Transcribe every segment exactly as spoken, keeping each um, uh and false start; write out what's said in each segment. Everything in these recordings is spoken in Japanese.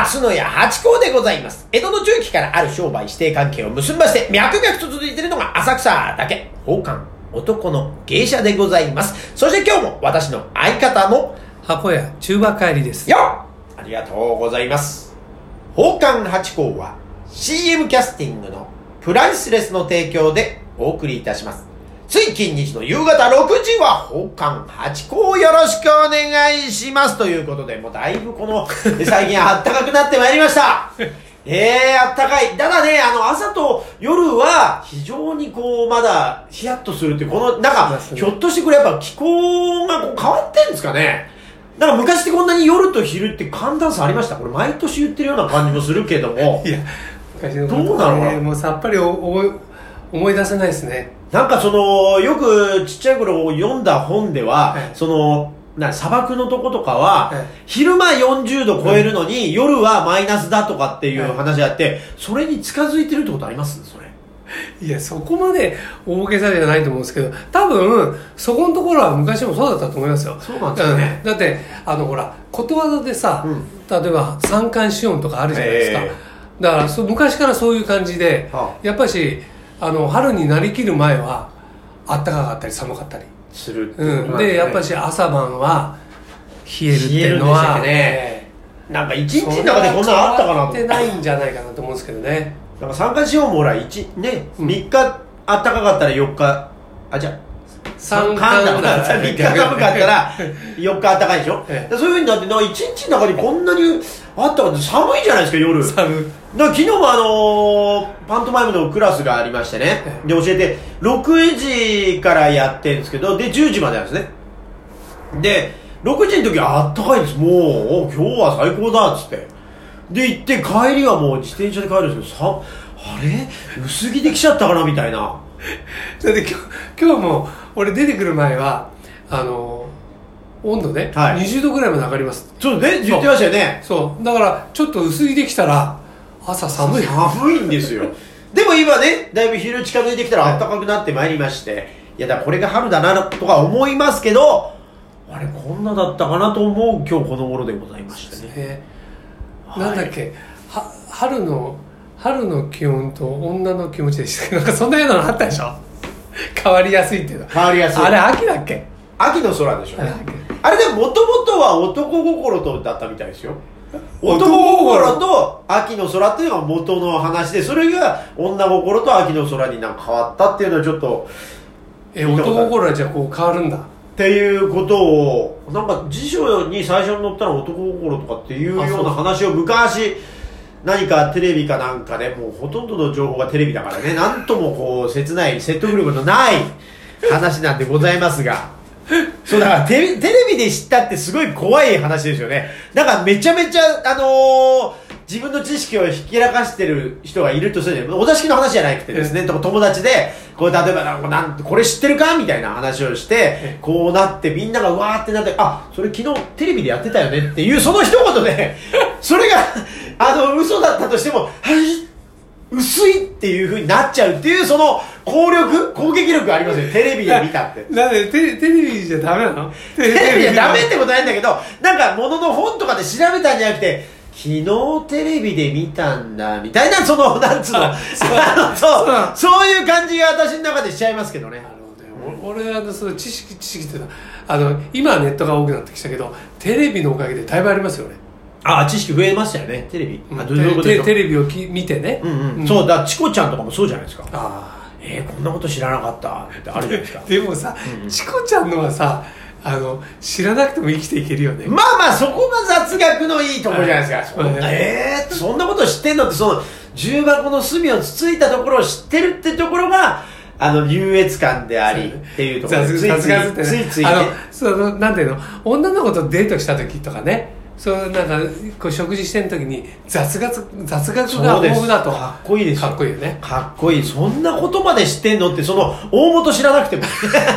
松野屋八甲でございます。江戸の中期からある商売指定関係を結んまして脈々と続いているのが浅草だけ宝冠男の芸者でございます。そして今日も私の相方の箱屋中馬帰りですよ。ありがとうございます。宝冠八甲は シーエム キャスティングのプライスレスの提供でお送りいたします。つい近日の夕方ろくじは宝冠八甲をよろしくお願いしますということで、もうだいぶこの最近あったかくなってまいりましたえー、あったかい。ただね、あの朝と夜は非常にこうまだヒヤッとするっていう、このなんかひょっとしてこれやっぱ気候がこう変わってんですかね。なんか昔ってこんなに夜と昼って寒暖差ありました？これ毎年言ってるような感じもするけどもいや昔のどうなのかな、 もうさっぱりおお思い出せないですね。 なんかそのよくちっちゃい頃読んだ本では、 はい、 そのな砂漠のとことかは、 はい、 昼間よんじゅうど超えるのに、はい、夜はマイナスだとかっていう話があって、はい、それに近づいてるってことあります？それいやそこまで大げさじゃないと思うんですけど、多分そこのところは昔もそうだったと思いますよ。 そうなんですね。 だってあのほらことわざでさ、うん、例えば三寒四温とかあるじゃないですか、えー、だからそ昔からそういう感じで、はあ、やっぱしあの春になりきる前は暖かかったり寒かったりするってことなんですね、うん、でやっぱし朝晩は冷えるっていうのは冷えるんでしたっけね、なんか一日の中でこんなのあったかなと変わってないんじゃないかなと思うんですけどね。 なんか三寒四温もほら一ね、うん、みっかあったかかったらよっかあじゃあ三寒だからみっか寒かったらよっかあったかいでしょ、ええ、そういう風になってなんか一日の中にこんなにあったかって寒いじゃないですか夜。 寒い。 だから昨日もあのー、パントマイムのクラスがありましてね、ええ、で教えてろくじからやってるんですけど、でじゅうじまでなんですね。でろくじの時はあったかいんです。もう今日は最高だっつってで行って帰りはもう自転車で帰るんですけど、さあれ薄着できちゃったかなみたいなだって今日、今日も俺出てくる前はあの温度ね、はい、にじゅうどぐらいまで上がります。 そうね、言ってましたよね。 そうだからちょっと薄着できたら朝寒い寒いんですよでも今ねだいぶ昼近づいてきたら暖かくなってまいりまして、はい、いやだからこれが春だなとか思いますけど、あれこんなだったかなと思う今日この頃でございましてね。 ね、はい、なんだっけは春の春の気温と女の気持ちでしたっけ、なんかそんなようなのあったでしょ変わりやすいっていうの。 変わりやすい。 あれ秋だっけ？ 秋の空でしょうね。あれでもともとは男心とだったみたいですよ。男心と秋の空っていうのが元の話で、それが女心と秋の空になんか変わったっていうのはちょっとえ男心はじゃあこう変わるんだっていうことをなんか辞書に最初に載ったら男心とかっていうような話を昔何かテレビかなんかで、もうほとんどの情報がテレビだからね、なんともこう切ない説得力のない話なんでございますがそうだからテレ、テレビで知ったってすごい怖い話ですよね。だからめちゃめちゃあのー、自分の知識をひけらかしてる人がいるとするじゃない。お座敷の話じゃなくてですね、友達でこう例えばなんかなんこれ知ってるかみたいな話をしてこうなってみんながうわーってなって、あそれ昨日テレビでやってたよねっていうその一言でそれがあの嘘だったとしてもはい薄いっていう風になっちゃうっていうその効力攻撃力ありますよテレビで見たって。 なんでテレビじゃダメなの？ テレビじゃダメってことないんだけど、なんか物の本とかで調べたんじゃなくて昨日テレビで見たんだみたいな、そのなんつうのそうそういう感じが私の中でしちゃいますけどね。なるほどね。俺あのその知識知識っていうのはあの今はネットが多くなってきたけどテレビのおかげでだいぶありますよね。 ああ知識増えましたよねテレビ、 うん、あどういうことでしょう。テレビをき見てね、 うんうんうん、そうだチコちゃんとかもそうじゃないですか。あえー、こんなこと知らなかったってあるじゃないですかでもさ、うんうん、チコちゃんのはさあの知らなくても生きていけるよね。 まあまあそこが雑学のいいところじゃないですか。そえー、そんなこと知ってんのって、その重箱の隅をつついたところを知ってるってところがあの優越感でありっていうところでついつい雑学ってね、 ついついね、 あのそのなんていうの女の子とデートした時とかね、そうなんかこう食事してる時に雑学雑学が豊富だとかっこいいですよ。 かっこいいよね。 かっこいい。そんなことまで知ってんのって、その大元知らなくても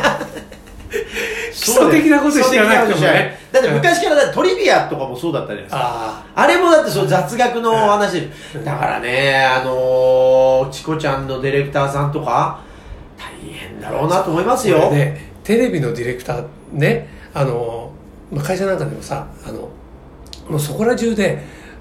基礎的なこと知らなくてもね。 だって昔からだってトリビアとかもそうだったじゃないですか。あ, あれもだってその雑学の話で、うん、だからねあのー、チコちゃんのディレクターさんとか大変だろうなと思いますよ。 ね、テレビのディレクターね、あのー、会社なんかでもさあのもうそこら中で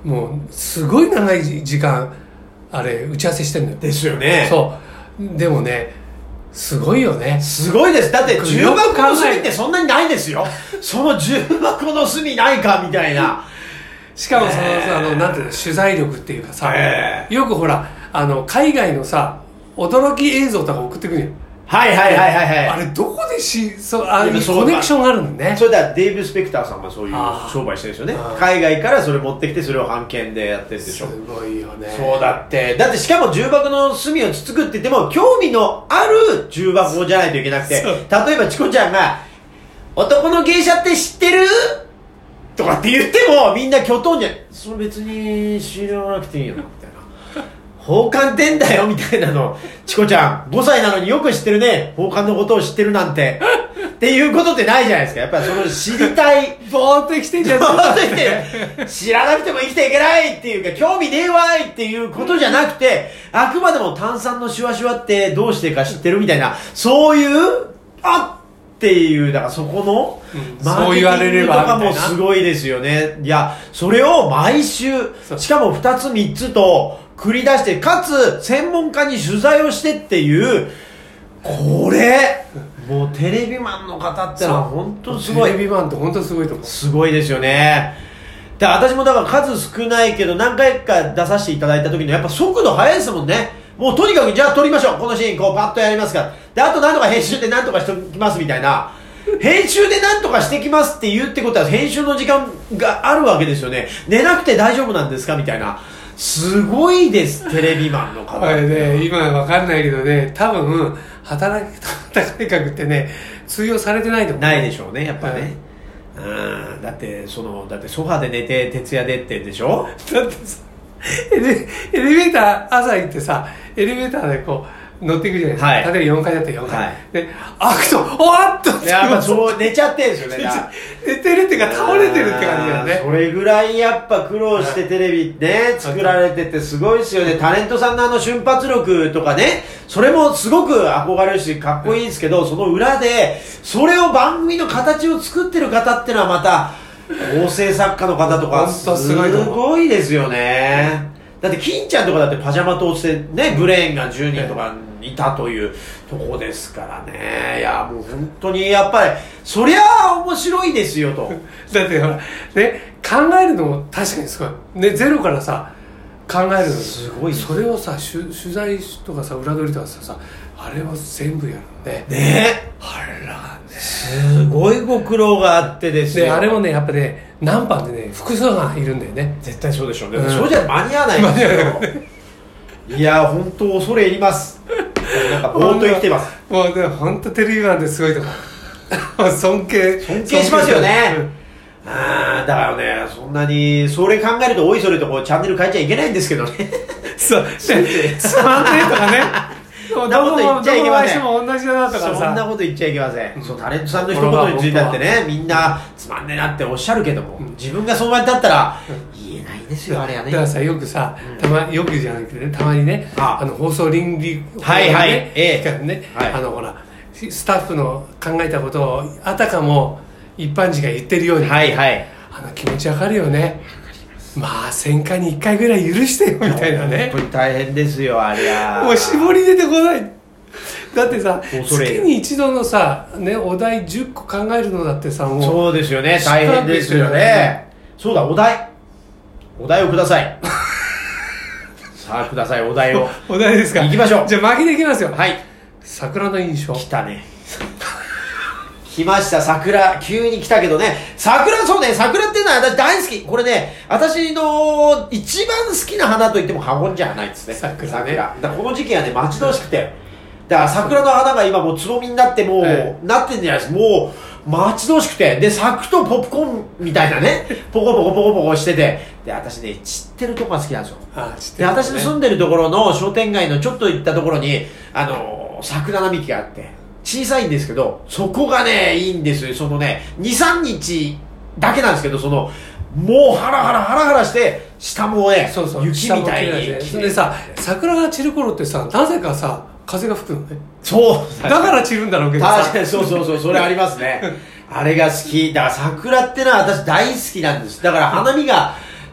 もうすごい長い時間あれ打ち合わせしてんのよ。 ですよね。 そうでもねすごいよね。 すごいです。だって重箱の隅ってそんなにないですよ。その重箱の隅ないかみたいな。 しかもその、えー、あのなんていうの取材力っていうかさ、えー、よくほらあの海外のさ驚き映像とか送ってくるよ。 はいはいはいはいはい。 あれどこでしそうああいうコネクションがあるんだね。 それではデイブ・スペクターさんがそういう商売してるんですよね。海外からそれ持ってきてそれを版権でやってるでしょ。 すごいよね。 そうだってだってしかも重箱の隅をつつくって言っても興味のある重箱じゃないといけなくて、例えばチコちゃんが男の芸者って知ってるとかって言ってもみんなきょとんじゃん。それ別に知らなくていいよなみたいな。奉還店だよみたいなの。チコちゃんごさいなのによく知ってるね。奉還のことを知ってるなんてっていうことってないじゃないですか。やっぱりその知りたいぼーっと生きてんじゃん。ぼーっと生きて知らなくても生きていけないっていうか興味ねえわいっていうことじゃなくて、あくまでも炭酸のシュワシュワってどうしてか知ってるみたいな、そういうあっていうだからそこの、 うん、そう言われればとかもすごいですよね。いやそれを毎週しかもふたつみっつと繰り出してかつ専門家に取材をしてっていうこれもうテレビマンの方ってのは本当すごい。 テレビマンって本当すごいと思う。 すごいですよね。で私もだから数少ないけど何回か出させていただいた時のやっぱ速度速いですもんね。もうとにかくじゃあ撮りましょうこのシーンこうパッとやりますからであと何とか編集で何とかしてきますみたいな編集で何とかしてきますって言うってことは編集の時間があるわけですよね。寝なくて大丈夫なんですかみたいな。すごいですテレビマンの方。 あれね今わかんないけどね多分働き方改革ってね通用されてないと思う。 ないでしょうねやっぱね、はい、うんだってそのだってソファで寝て徹夜でってでしょ。 だってさエレ、エレベーター朝行ってさエレベーターでこう乗っていくじゃないですか、はい、例えばよんかいだったらよんかい、はい、で開くとおわっとやっぱそう寝ちゃってるんですよね。 寝てるっていうか倒れてるって感じだよね。 それぐらいやっぱ苦労してテレビね作られててすごいですよね。タレントさんのあの瞬発力とかねそれもすごく憧れるしかっこいいんですけどその裏でそれを番組の形を作ってる方っていうのはまた構成作家の方とかすごいですよね。だって金ちゃんとかだってパジャマ通してねブレーンがじゅうにんとかいたというとこですからね。いやもう本当にやっぱりそりゃあ面白いですよと。 だってほらね考えるのも確かにすごいねゼロからさ考えるのすごい。 それをさ取材とかさ裏取りとかさあれを全部やるのね。 ねあらねすごいご苦労があってですよ。 であれもねやっぱね何班でね複数がいるんだよね。 絶対そうでしょうね、うん、そうじゃ間に合わないんですよ。いや本当恐れ入ります。なんかぼーっと生きてます。 もうね本当テレビマンってすごいとか尊敬尊敬しますよね、うん、あだからねそんなにそれ考えるとおいそれとこうチャンネル変えちゃいけないんですけどね。 そうつまんねえとかねそんなこと言っちゃいけません。 も同じだなとかさそんなこと言っちゃいけません、うん、そうタレントさんの一言についてだってねみんなつまんねえなっておっしゃるけども、うん、自分がその場に立ったら言えないですよ、うん、あれはね。 だからさよくさ、うん、たまよくじゃなくてねたまにねああの放送倫理法、ね、 はいはいええね、はい、あのほらスタッフの考えたことをあたかも一般人が言ってるように、 はいはい、 あの気持ちわかるよね。まあせんかいにいっかいぐらい許してよみたいなね。 本当に大変ですよあれは。 もう絞り出てこない。だってさ月に一度のさ、ね、お題じゅっこ考えるのだってさもうそうですよね大変ですよね。そうだお題お題をください。さあくださいお題を。 お題ですか。 行きましょう。 じゃあ巻きでいきますよ。 はい。 桜の印象。 来たね。来ました桜急に来たけどね桜そうね桜っていうのは私大好き。これね私の一番好きな花といっても過言じゃないですね。 桜ね。 桜だからこの時期はね待ち遠しくてだから桜の花が今もうつぼみになってもう、ええ、なってんじゃないですか。もう待ち遠しくてで咲くとポップコーンみたいなねポコポコポコポコしててで私ね散ってるとこが好きなんですよ。 ああ知ってる、ね、で私の住んでるところの商店街のちょっと行ったところにあの桜並木があって小さいんですけどそこがねいいんですよ。そのね にさんにちだけなんですけどそのもうハラハラハラハラして下もねそうそう雪みたいにそれでさ桜が散る頃ってさなぜかさ風が吹くのね。 そうだから散るんだろうけどさ確かにそうそうそうそれありますね。あれが好きだから桜ってのは私大好きなんです。だから花見が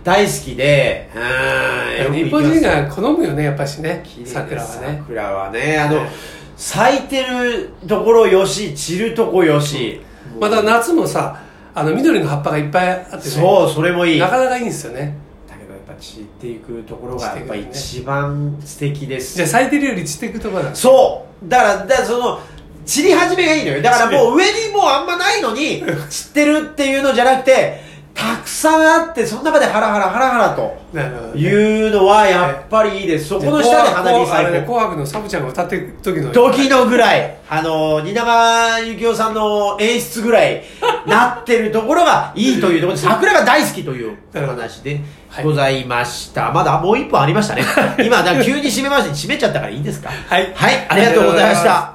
大好きで、 うん、日本人が好むよねやっぱしね、桜はね。 桜はね、あの、はい、咲いてるところよし、散るとこよし、 うん、また夏もさ、あの緑の葉っぱがいっぱいあってね、 そう、それもいい、 なかなかいいんですよね。 だけどやっぱ散っていくところがやっぱ一番素敵です、 ね、じゃあ咲いてるより散っていくところなんです。 そうだから、だからその散り始めがいいのよ。だからもう上にもうあんまないのに散ってるっていうのじゃなくて、たくさんあってその中でハラハラハラハラというのはやっぱりいいです。そこの下で花火咲いてる、 紅白のサブちゃんが歌ってる時の時のぐらい、あの蜷川幸雄さんの演出ぐらいなってるところがいいというところで、桜が大好きという話でございました、はい、まだもう一本ありましたね今だ急に締めました。締めちゃったからいいですか。 はい、 はい、ありがとうございました。